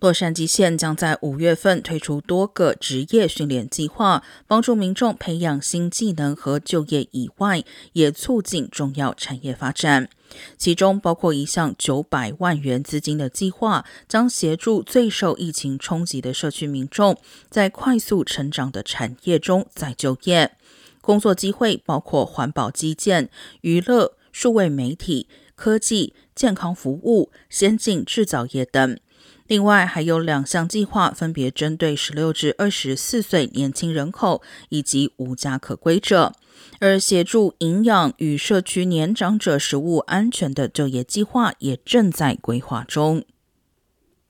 洛杉矶县将在5月份推出多个职业训练计划，帮助民众培养新技能和就业以外，也促进重要产业发展。其中包括一项900万元资金的计划，将协助最受疫情冲击的社区民众在快速成长的产业中再就业。工作机会包括环保基建、娱乐、数位媒体、科技、健康服务、先进制造业等。另外还有2项计划，分别针对16至24岁年轻人口以及无家可归者，而协助营养与社区年长者食物安全的就业计划也正在规划中。